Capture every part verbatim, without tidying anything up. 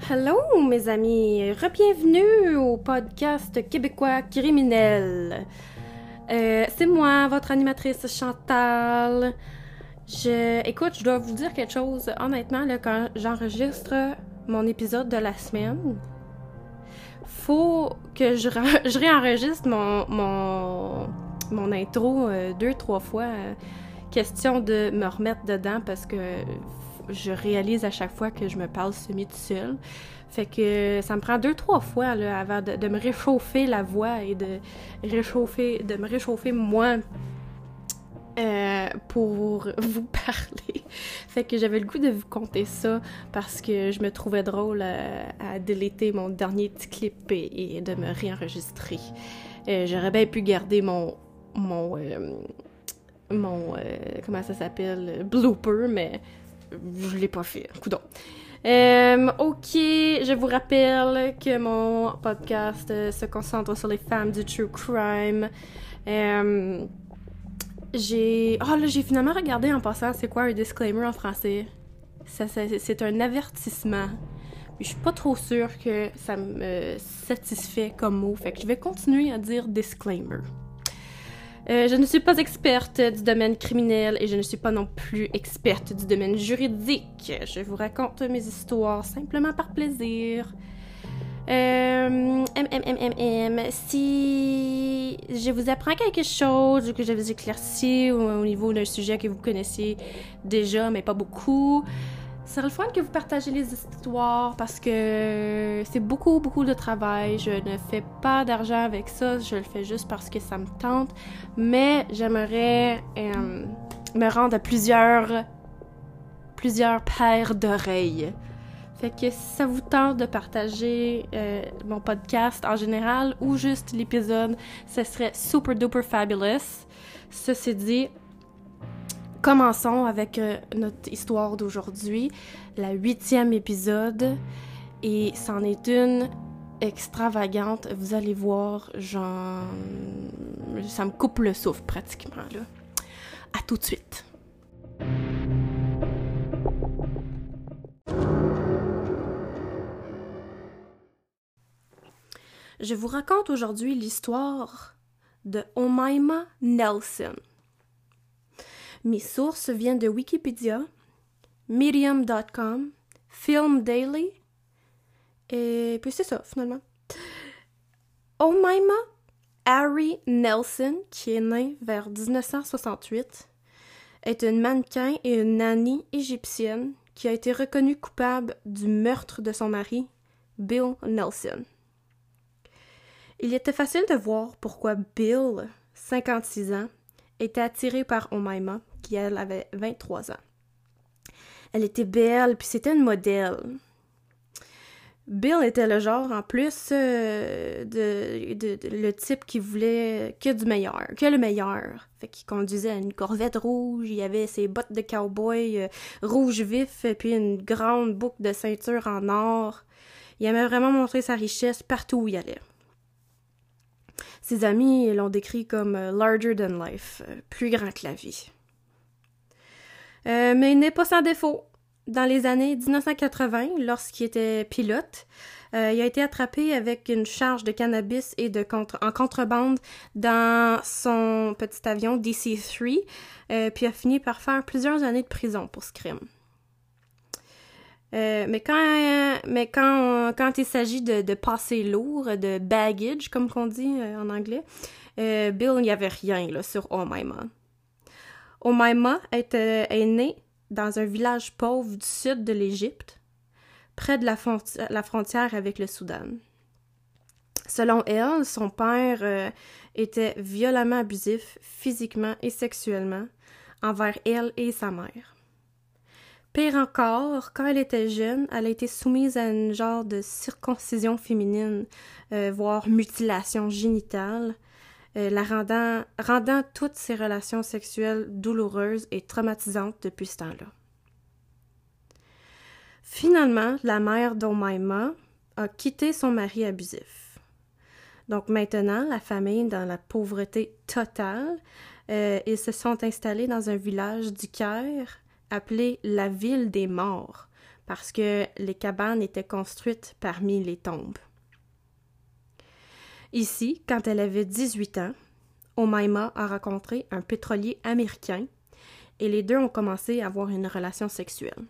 Hello mes amis, re-bienvenue au podcast québécois criminel. Euh, c'est moi, votre animatrice Chantal. Je, écoute, je dois vous dire quelque chose. Honnêtement, là, quand j'enregistre mon épisode de la semaine, faut que je, je réenregistre mon, mon, mon intro euh, deux, trois fois. Euh, question de me remettre dedans parce que je réalise à chaque fois que je me parle semi tout seul. Fait que ça me prend deux, trois fois là, avant de, de me réchauffer la voix et de réchauffer, de me réchauffer moi euh, pour vous parler. Fait que j'avais le goût de vous conter ça parce que je me trouvais drôle à, à déléter mon dernier petit clip et, et de me réenregistrer. Euh, j'aurais bien pu garder mon... mon euh, mon... Euh, comment ça s'appelle? Blooper, mais je l'ai pas fait. Coudonc. Euh, ok, je vous rappelle que mon podcast euh, se concentre sur les femmes du true crime. Euh, j'ai... Oh là, j'ai finalement regardé en passant c'est quoi un disclaimer en français. Ça, ça, c'est un avertissement. Puis je suis pas trop sûre que ça me satisfait comme mot. Fait que je vais continuer à dire disclaimer. Euh, je ne suis pas experte du domaine criminel et je ne suis pas non plus experte du domaine juridique. Je vous raconte mes histoires simplement par plaisir. Euh, M, M, M, M, M. Si je vous apprends quelque chose ou que je vous éclaircis au, au niveau d'un sujet que vous connaissez déjà, mais pas beaucoup, ce serait le fun que vous partagez les histoires parce que c'est beaucoup, beaucoup de travail. Je ne fais pas d'argent avec ça. Je le fais juste parce que ça me tente. Mais j'aimerais euh, me rendre à plusieurs, plusieurs paires d'oreilles. Fait que si ça vous tente de partager euh, mon podcast en général ou juste l'épisode, ce serait super duper fabulous. Ceci dit, commençons avec euh, notre histoire d'aujourd'hui, la huitième épisode, et c'en est une extravagante. Vous allez voir, genre, ça me coupe le souffle pratiquement, là. À tout de suite. Je vous raconte aujourd'hui l'histoire de Omaima Nelson. Mes sources viennent de Wikipédia, Medium point com, Film Daily, et puis c'est ça, finalement. Omaima Harry Nelson, qui est née vers dix-neuf cent soixante-huit, est une mannequin et une nanny égyptienne qui a été reconnue coupable du meurtre de son mari, Bill Nelson. Il était facile de voir pourquoi Bill, cinquante-six ans, était attiré par Omaima, qui elle avait vingt-trois ans. Elle était belle, puis c'était une modèle. Bill était le genre, en plus, euh, de, de, de le type qui voulait que du meilleur, que le meilleur. Fait qu'il conduisait une Corvette rouge, il avait ses bottes de cowboy euh, rouge vif, puis une grande boucle de ceinture en or. Il aimait vraiment montrer sa richesse partout où il allait. Ses amis l'ont décrit comme euh, « larger than life euh, », plus grand que la vie. Euh, mais il n'est pas sans défaut. Dans les années dix-neuf cent quatre-vingts, lorsqu'il était pilote, euh, il a été attrapé avec une charge de cannabis et de contre- en contrebande dans son petit avion D C trois, euh, puis a fini par faire plusieurs années de prison pour ce crime. Euh, mais quand, mais quand, quand il s'agit de, de passer lourd, de baggage, comme qu'on dit euh, en anglais, euh, Bill, il n'y avait rien là, sur Omaima. Omaima était, est née dans un village pauvre du sud de l'Égypte, près de la, fonti- la frontière avec le Soudan. Selon elle, son père euh, était violemment abusif, physiquement et sexuellement, envers elle et sa mère. Pire encore, quand elle était jeune, elle a été soumise à une genre de circoncision féminine, euh, voire mutilation génitale, euh, la rendant, rendant toutes ses relations sexuelles douloureuses et traumatisantes depuis ce temps-là. Finalement, la mère d'Omaima a quitté son mari abusif. Donc maintenant, la famille, dans la pauvreté totale, euh, ils se sont installés dans un village du Caire appelé la ville des morts, parce que les cabanes étaient construites parmi les tombes. Ici, quand elle avait dix-huit ans, Omaima a rencontré un pétrolier américain et les deux ont commencé à avoir une relation sexuelle.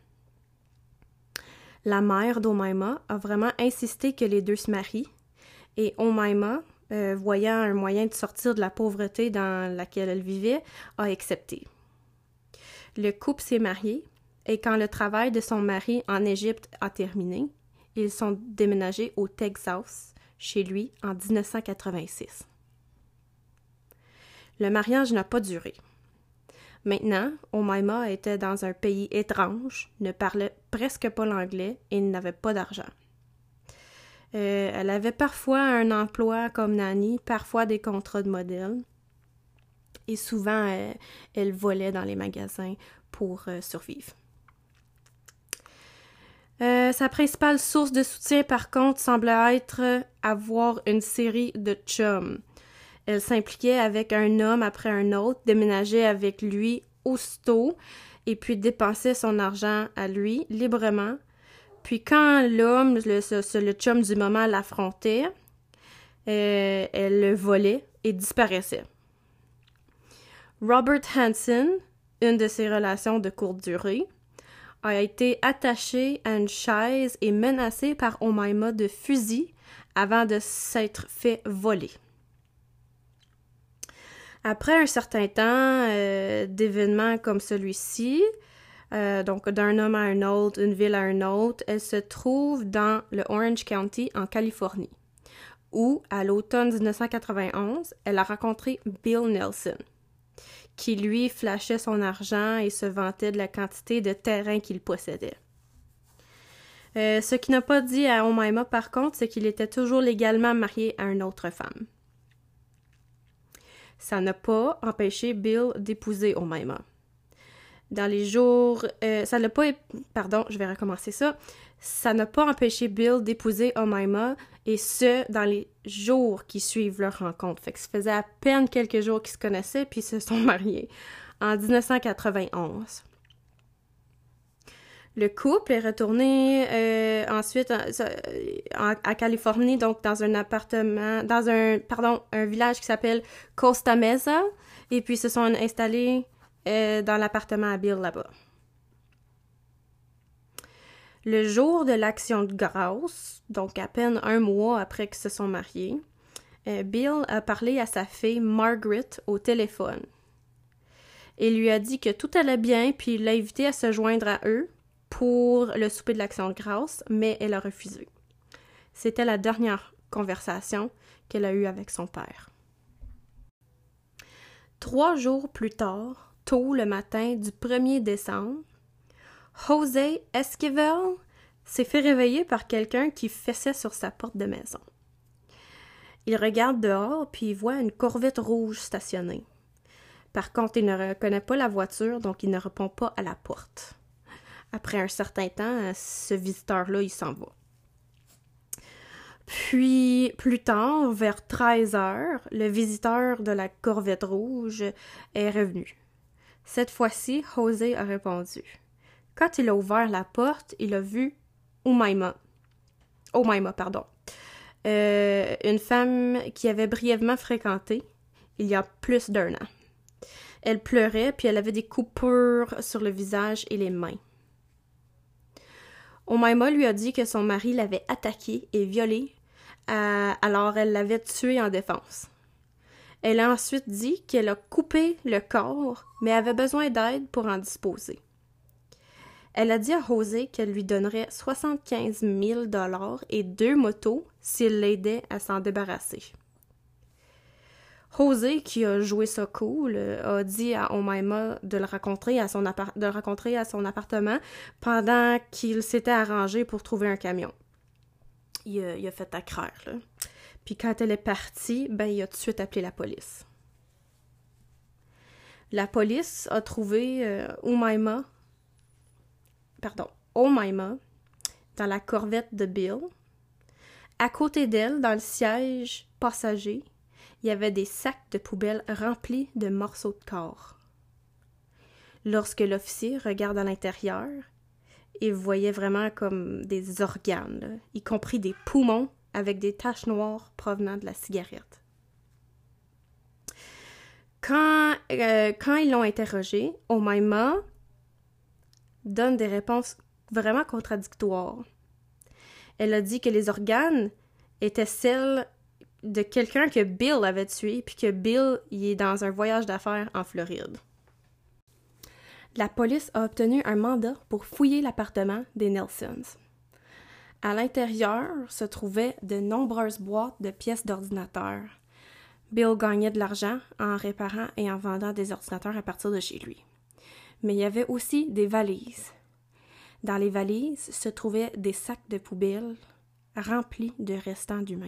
La mère d'Omaima a vraiment insisté que les deux se marient et Omaima, euh, voyant un moyen de sortir de la pauvreté dans laquelle elle vivait, a accepté. Le couple s'est marié et quand le travail de son mari en Égypte a terminé, ils sont déménagés au Texas, chez lui, en dix-neuf cent quatre-vingt-six. Le mariage n'a pas duré. Maintenant, Omaima était dans un pays étrange, ne parlait presque pas l'anglais et n'avait pas d'argent. Euh, elle avait parfois un emploi comme nanny, parfois des contrats de modèle, et souvent, euh, elle volait dans les magasins pour euh, survivre. Euh, sa principale source de soutien, par contre, semble être avoir une série de chums. Elle s'impliquait avec un homme après un autre, déménageait avec lui aussitôt et puis dépensait son argent à lui librement. Puis quand l'homme, le, le, le chum du moment, l'affrontait, euh, elle le volait et disparaissait. Robert Hansen, une de ses relations de courte durée, a été attaché à une chaise et menacé par Omaima de fusil avant de s'être fait voler. Après un certain temps euh, d'événements comme celui-ci, euh, donc d'un homme à un autre, une ville à un autre, elle se trouve dans le Orange County en Californie, où, à l'automne dix-neuf cent quatre-vingt-onze, elle a rencontré Bill Nelson, qui lui flashait son argent et se vantait de la quantité de terrain qu'il possédait. Euh, ce qu'il n'a pas dit à Omaima, par contre, c'est qu'il était toujours légalement marié à une autre femme. Ça n'a pas empêché Bill d'épouser Omaima. Dans les jours... Euh, ça n'a pas... Pardon, je vais recommencer ça. Ça n'a pas empêché Bill d'épouser Omaima, et ce, dans les jours qui suivent leur rencontre. Fait que ça faisait à peine quelques jours qu'ils se connaissaient, puis ils se sont mariés en dix-neuf cent quatre-vingt-onze. Le couple est retourné euh, ensuite en, en, à Californie, donc dans un appartement, dans un, pardon, un village qui s'appelle Costa Mesa, et puis ils se sont installés euh, dans l'appartement à Bill là-bas. Le jour de l'Action de grâce, donc à peine un mois après qu'ils se sont mariés, euh, Bill a parlé à sa fille Margaret au téléphone. Il lui a dit que tout allait bien, puis il l'a invité à se joindre à eux pour le souper de l'Action de grâce, mais elle a refusé. C'était la dernière conversation qu'elle a eue avec son père. Trois jours plus tard, tôt le matin du premier décembre, José Esquivel s'est fait réveiller par quelqu'un qui fessait sur sa porte de maison. Il regarde dehors, puis il voit une Corvette rouge stationnée. Par contre, il ne reconnaît pas la voiture, donc il ne répond pas à la porte. Après un certain temps, ce visiteur-là, il s'en va. Puis, plus tard, vers treize heures, le visiteur de la Corvette rouge est revenu. Cette fois-ci, José a répondu. Quand il a ouvert la porte, il a vu Omaima. Omaima, pardon. Euh, une femme qui avait brièvement fréquenté il y a plus d'un an. Elle pleurait, puis elle avait des coupures sur le visage et les mains. Omaima lui a dit que son mari l'avait attaquée et violée, euh, alors elle l'avait tué en défense. Elle a ensuite dit qu'elle a coupé le corps, mais avait besoin d'aide pour en disposer. Elle a dit à José qu'elle lui donnerait soixante-quinze mille dollars et deux motos s'il l'aidait à s'en débarrasser. José, qui a joué ça cool, a dit à Omaima de le rencontrer à son, appart- de le rencontrer à son appartement pendant qu'il s'était arrangé pour trouver un camion. Il a, il a fait ta crère, là. Puis quand elle est partie, ben il a tout de suite appelé la police. La police a trouvé euh, Omaima, pardon, Omaima dans la Corvette de Bill. À côté d'elle, dans le siège passager, il y avait des sacs de poubelle remplis de morceaux de corps. Lorsque l'officier regarde à l'intérieur, il voyait vraiment comme des organes, là, y compris des poumons avec des taches noires provenant de la cigarette. Quand, euh, quand ils l'ont interrogé, Omaima donne des réponses vraiment contradictoires. Elle a dit que les organes étaient celles de quelqu'un que Bill avait tué, puis que Bill il est dans un voyage d'affaires en Floride. La police a obtenu un mandat pour fouiller l'appartement des Nelsons. À l'intérieur se trouvaient de nombreuses boîtes de pièces d'ordinateur. Bill gagnait de l'argent en réparant et en vendant des ordinateurs à partir de chez lui. Mais il y avait aussi des valises. Dans les valises se trouvaient des sacs de poubelle remplis de restants d'humains.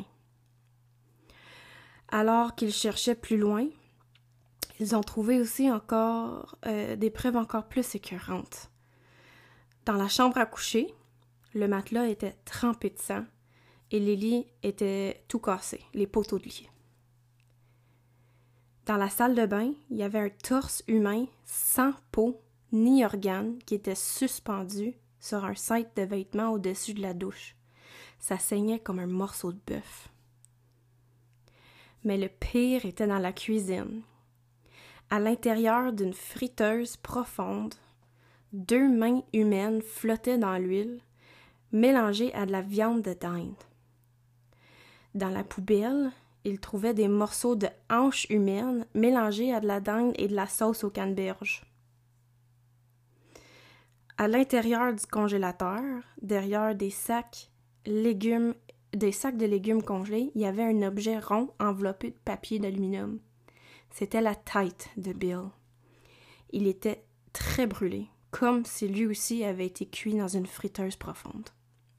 Alors qu'ils cherchaient plus loin, ils ont trouvé aussi encore euh, des preuves encore plus écœurantes. Dans la chambre à coucher, le matelas était trempé de sang et les lits étaient tout cassés, les poteaux de lit. Dans la salle de bain, il y avait un torse humain sans peau ni organes qui était suspendu sur un sac de vêtements au-dessus de la douche. Ça saignait comme un morceau de bœuf. Mais le pire était dans la cuisine. À l'intérieur d'une friteuse profonde, deux mains humaines flottaient dans l'huile, mélangées à de la viande de dinde. Dans la poubelle, ils trouvaient des morceaux de hanches humaines mélangés à de la dinde et de la sauce au canneberge. À l'intérieur du congélateur, derrière des sacs légumes, des sacs de légumes congelés, il y avait un objet rond enveloppé de papier d'aluminium. C'était la tête de Bill. Il était très brûlé, comme si lui aussi avait été cuit dans une friteuse profonde.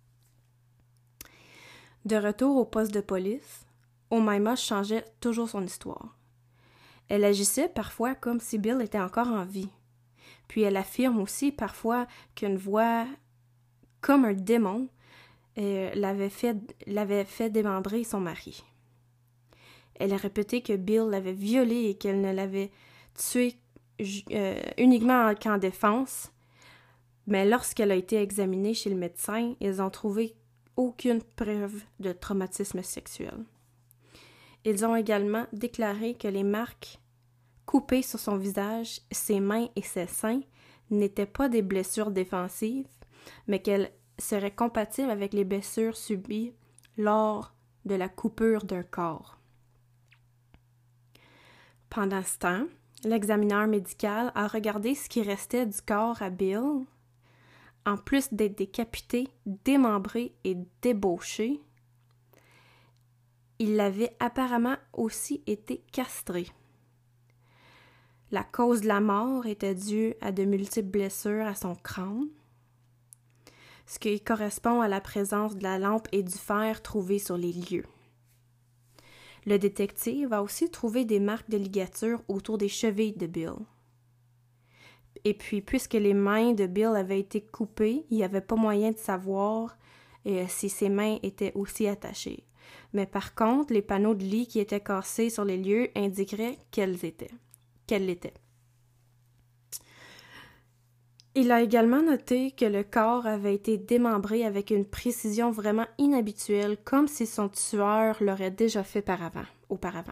De retour au poste de police, Omaima changeait toujours son histoire. Elle agissait parfois comme si Bill était encore en vie. Puis elle affirme aussi parfois qu'une voix, comme un démon, euh, l'avait fait, l'avait fait démembrer son mari. Elle a répété que Bill l'avait violée et qu'elle ne l'avait tué euh, uniquement qu'en défense, mais lorsqu'elle a été examinée chez le médecin, ils ont trouvé aucune preuve de traumatisme sexuel. Ils ont également déclaré que les marques coupées sur son visage, ses mains et ses seins n'étaient pas des blessures défensives, mais qu'elles seraient compatibles avec les blessures subies lors de la coupure d'un corps. Pendant ce temps, l'examineur médical a regardé ce qui restait du corps à Bill. En plus d'être décapité, démembré et débauché, il avait apparemment aussi été castré. La cause de la mort était due à de multiples blessures à son crâne, ce qui correspond à la présence de la lampe et du fer trouvés sur les lieux. Le détective a aussi trouvé des marques de ligature autour des chevilles de Bill. Et puis, puisque les mains de Bill avaient été coupées, il n'y avait pas moyen de savoir euh, si ses mains étaient aussi attachées. Mais par contre, les panneaux de lit qui étaient cassés sur les lieux indiqueraient qu'elles étaient, qu'elles l'étaient. Il a également noté que le corps avait été démembré avec une précision vraiment inhabituelle, comme si son tueur l'aurait déjà fait par avant, auparavant.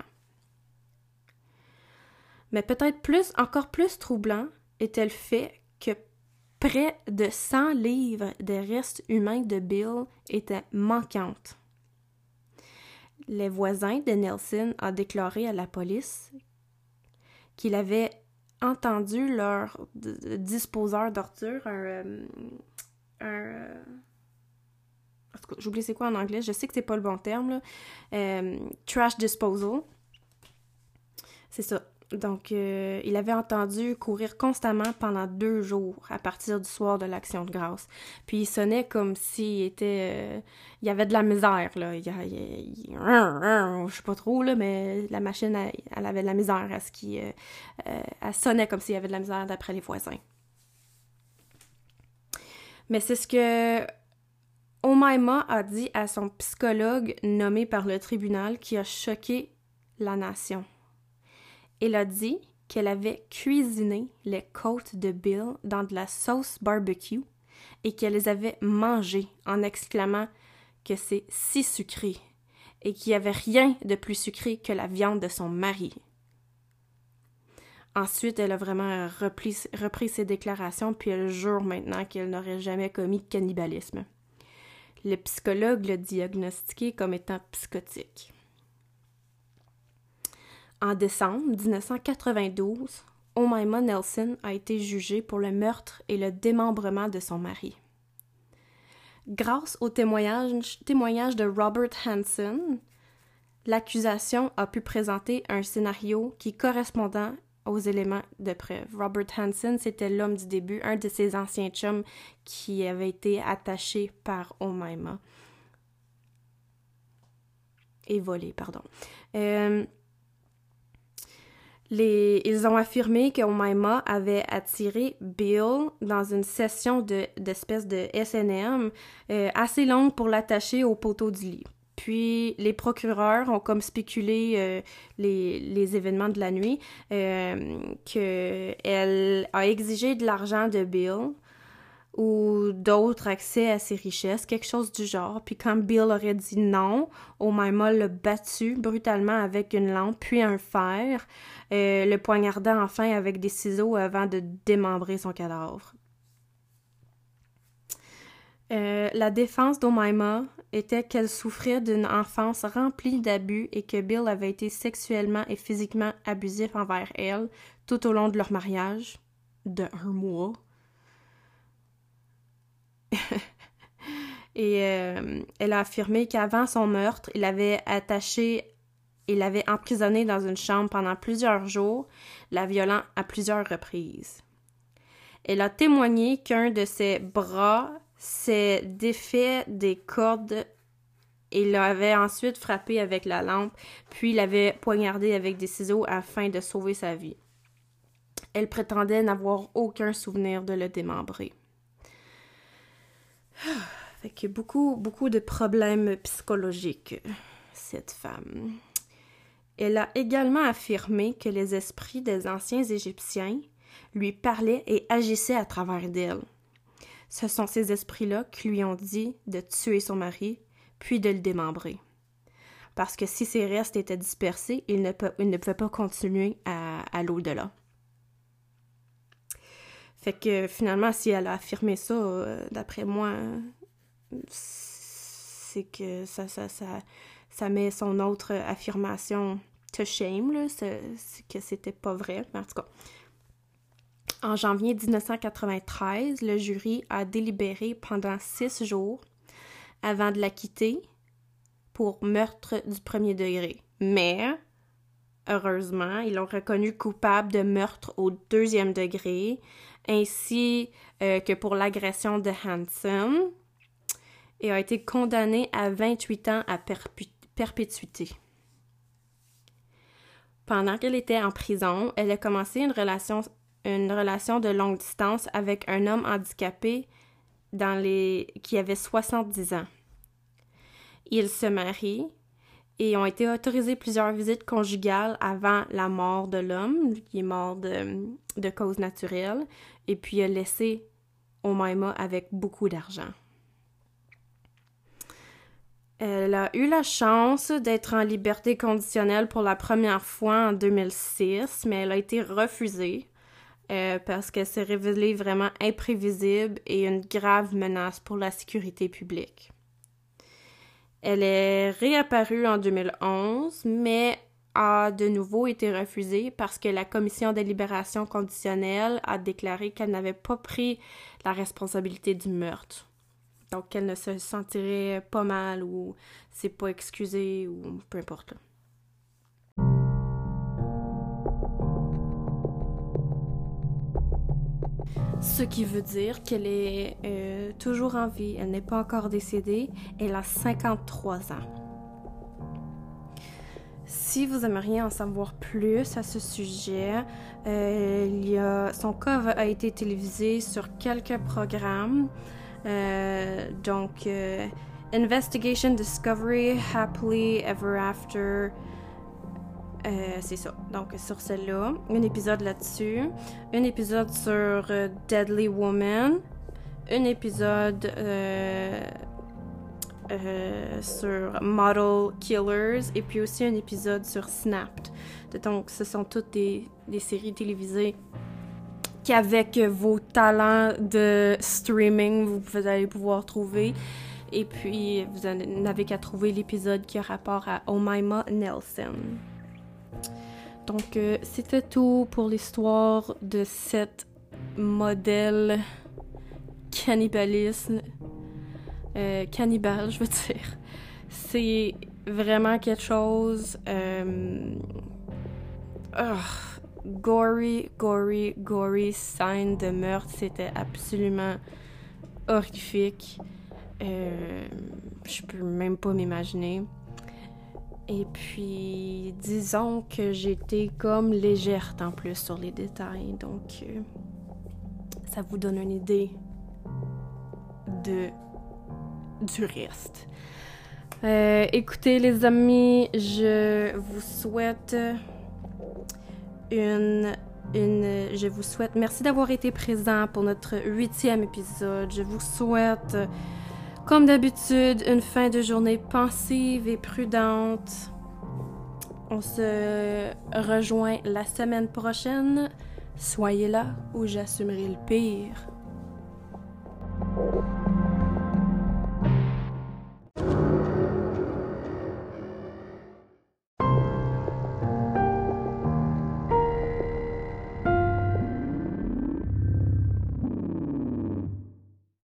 Mais peut-être plus, encore plus troublant, était le fait que près de cent livres des restes humains de Bill étaient manquantes. Les voisins de Nelson ont déclaré à la police qu'il avait entendu leur d- disposeur d'ordures, un, un, en tout cas, j'oublie c'est quoi en anglais, je sais que c'est pas le bon terme, là, euh, trash disposal, c'est ça. Donc, euh, il avait entendu courir constamment pendant deux jours à partir du soir de l'Action de grâce. Puis il sonnait comme s'il était... Euh, il y avait de la misère, là. Il, il, il, il, je sais pas trop, là, mais la machine, elle, elle avait de la misère à ce qui... Euh, euh, elle sonnait comme s'il y avait de la misère d'après les voisins. Mais c'est ce que Omaima a dit à son psychologue nommé par le tribunal qui a choqué la nation. Elle a dit qu'elle avait cuisiné les côtes de Bill dans de la sauce barbecue et qu'elle les avait mangées en exclamant que c'est si sucré et qu'il n'y avait rien de plus sucré que la viande de son mari. Ensuite, elle a vraiment repris, repris ses déclarations, puis elle jure maintenant qu'elle n'aurait jamais commis de cannibalisme. Le psychologue l'a diagnostiqué comme étant psychotique. En décembre dix-neuf cent quatre-vingt-douze, Omaima Nelson a été jugée pour le meurtre et le démembrement de son mari. Grâce au témoignage, témoignage de Robert Hansen, l'accusation a pu présenter un scénario qui correspondait aux éléments de preuve. Robert Hansen, c'était l'homme du début, un de ses anciens chums qui avait été attaché par Omaima. Et volé, pardon. Euh, les, ils ont affirmé qu'Omaima avait attiré Bill dans une session de, d'espèce de S and M euh, assez longue pour l'attacher au poteau du lit. Puis, les procureurs ont comme spéculé euh, les, les événements de la nuit, euh, qu'elle a exigé de l'argent de Bill ou d'autres accès à ses richesses, quelque chose du genre. Puis quand Bill aurait dit non, Omaima l'a battu brutalement avec une lampe puis un fer, euh, le poignardant enfin avec des ciseaux avant de démembrer son cadavre. Euh, la défense d'Omaima était qu'elle souffrait d'une enfance remplie d'abus et que Bill avait été sexuellement et physiquement abusif envers elle tout au long de leur mariage de un mois. Et euh, elle a affirmé qu'avant son meurtre, il avait attaché, il l'avait emprisonnée dans une chambre pendant plusieurs jours, la violant à plusieurs reprises. Elle a témoigné qu'un de ses bras s'est défait des cordes et l'avait ensuite frappé avec la lampe, puis l'avait poignardé avec des ciseaux afin de sauver sa vie. Elle prétendait n'avoir aucun souvenir de le démembrer. Fait que beaucoup, beaucoup de problèmes psychologiques, cette femme. Elle a également affirmé que les esprits des anciens Égyptiens lui parlaient et agissaient à travers d'elle. Ce sont ces esprits-là qui lui ont dit de tuer son mari, puis de le démembrer. Parce que si ses restes étaient dispersés, il ne, peut, il ne pouvait pas continuer à, à l'au-delà. Fait que finalement, si elle a affirmé ça, euh, d'après moi, c'est que ça, ça, ça, ça met son autre affirmation to shame, là, c'est, c'est que c'était pas vrai. Mais en tout cas, en janvier dix-neuf cent quatre-vingt-treize, le jury a délibéré pendant six jours avant de l'acquitter pour meurtre du premier degré. Mais, heureusement, ils l'ont reconnu coupable de meurtre au deuxième degré, ainsi euh, que pour l'agression de Hansen, et a été condamné à vingt-huit ans à perpé- perpétuité. Pendant qu'elle était en prison, elle a commencé une relation, une relation de longue distance avec un homme handicapé dans les, qui avait soixante-dix ans. Ils se marient et ont été autorisés plusieurs visites conjugales avant la mort de l'homme, qui est mort de, de cause naturelle, et puis a laissé Omaima avec beaucoup d'argent. Elle a eu la chance d'être en liberté conditionnelle pour la première fois en deux mille six, mais elle a été refusée euh, parce qu'elle s'est révélée vraiment imprévisible et une grave menace pour la sécurité publique. Elle est réapparue en deux mille onze, mais a de nouveau été refusée parce que la commission de libération conditionnelle a déclaré qu'elle n'avait pas pris la responsabilité du meurtre. Donc, qu'elle ne se sentirait pas mal ou c'est pas excusé ou peu importe. Là. Ce qui veut dire qu'elle est euh, toujours en vie. Elle n'est pas encore décédée. Elle a cinquante-trois ans. Si vous aimeriez en savoir plus à ce sujet, euh, il y a, son cas a été télévisé sur quelques programmes. Euh, donc, euh, Investigation Discovery, Happily Ever After, euh, c'est ça. Donc, sur celle-là, un épisode là-dessus, un épisode sur euh, Deadly Woman, un épisode euh, euh, sur Model Killers et puis aussi un épisode sur Snapped. Donc, ce sont toutes des, des séries télévisées qu'avec vos talents de streaming, vous allez pouvoir trouver. Et puis, vous n'avez qu'à trouver l'épisode qui a rapport à Omaima Nelson. Donc, euh, c'était tout pour l'histoire de cette modèle cannibalisme. Euh, cannibale, je veux dire. C'est vraiment quelque chose... Euh, oh, gory, gory, gory scène de meurtre. C'était absolument horrifique. Euh, je peux même pas m'imaginer. Et puis, disons que j'étais comme légère en plus sur les détails. Donc, euh, ça vous donne une idée de du reste. Euh, écoutez, les amis, je vous souhaite une, une... Je vous souhaite... Merci d'avoir été présent pour notre huitième épisode. Je vous souhaite... Comme d'habitude, une fin de journée pensive et prudente. On se rejoint la semaine prochaine. Soyez là ou j'assumerai le pire.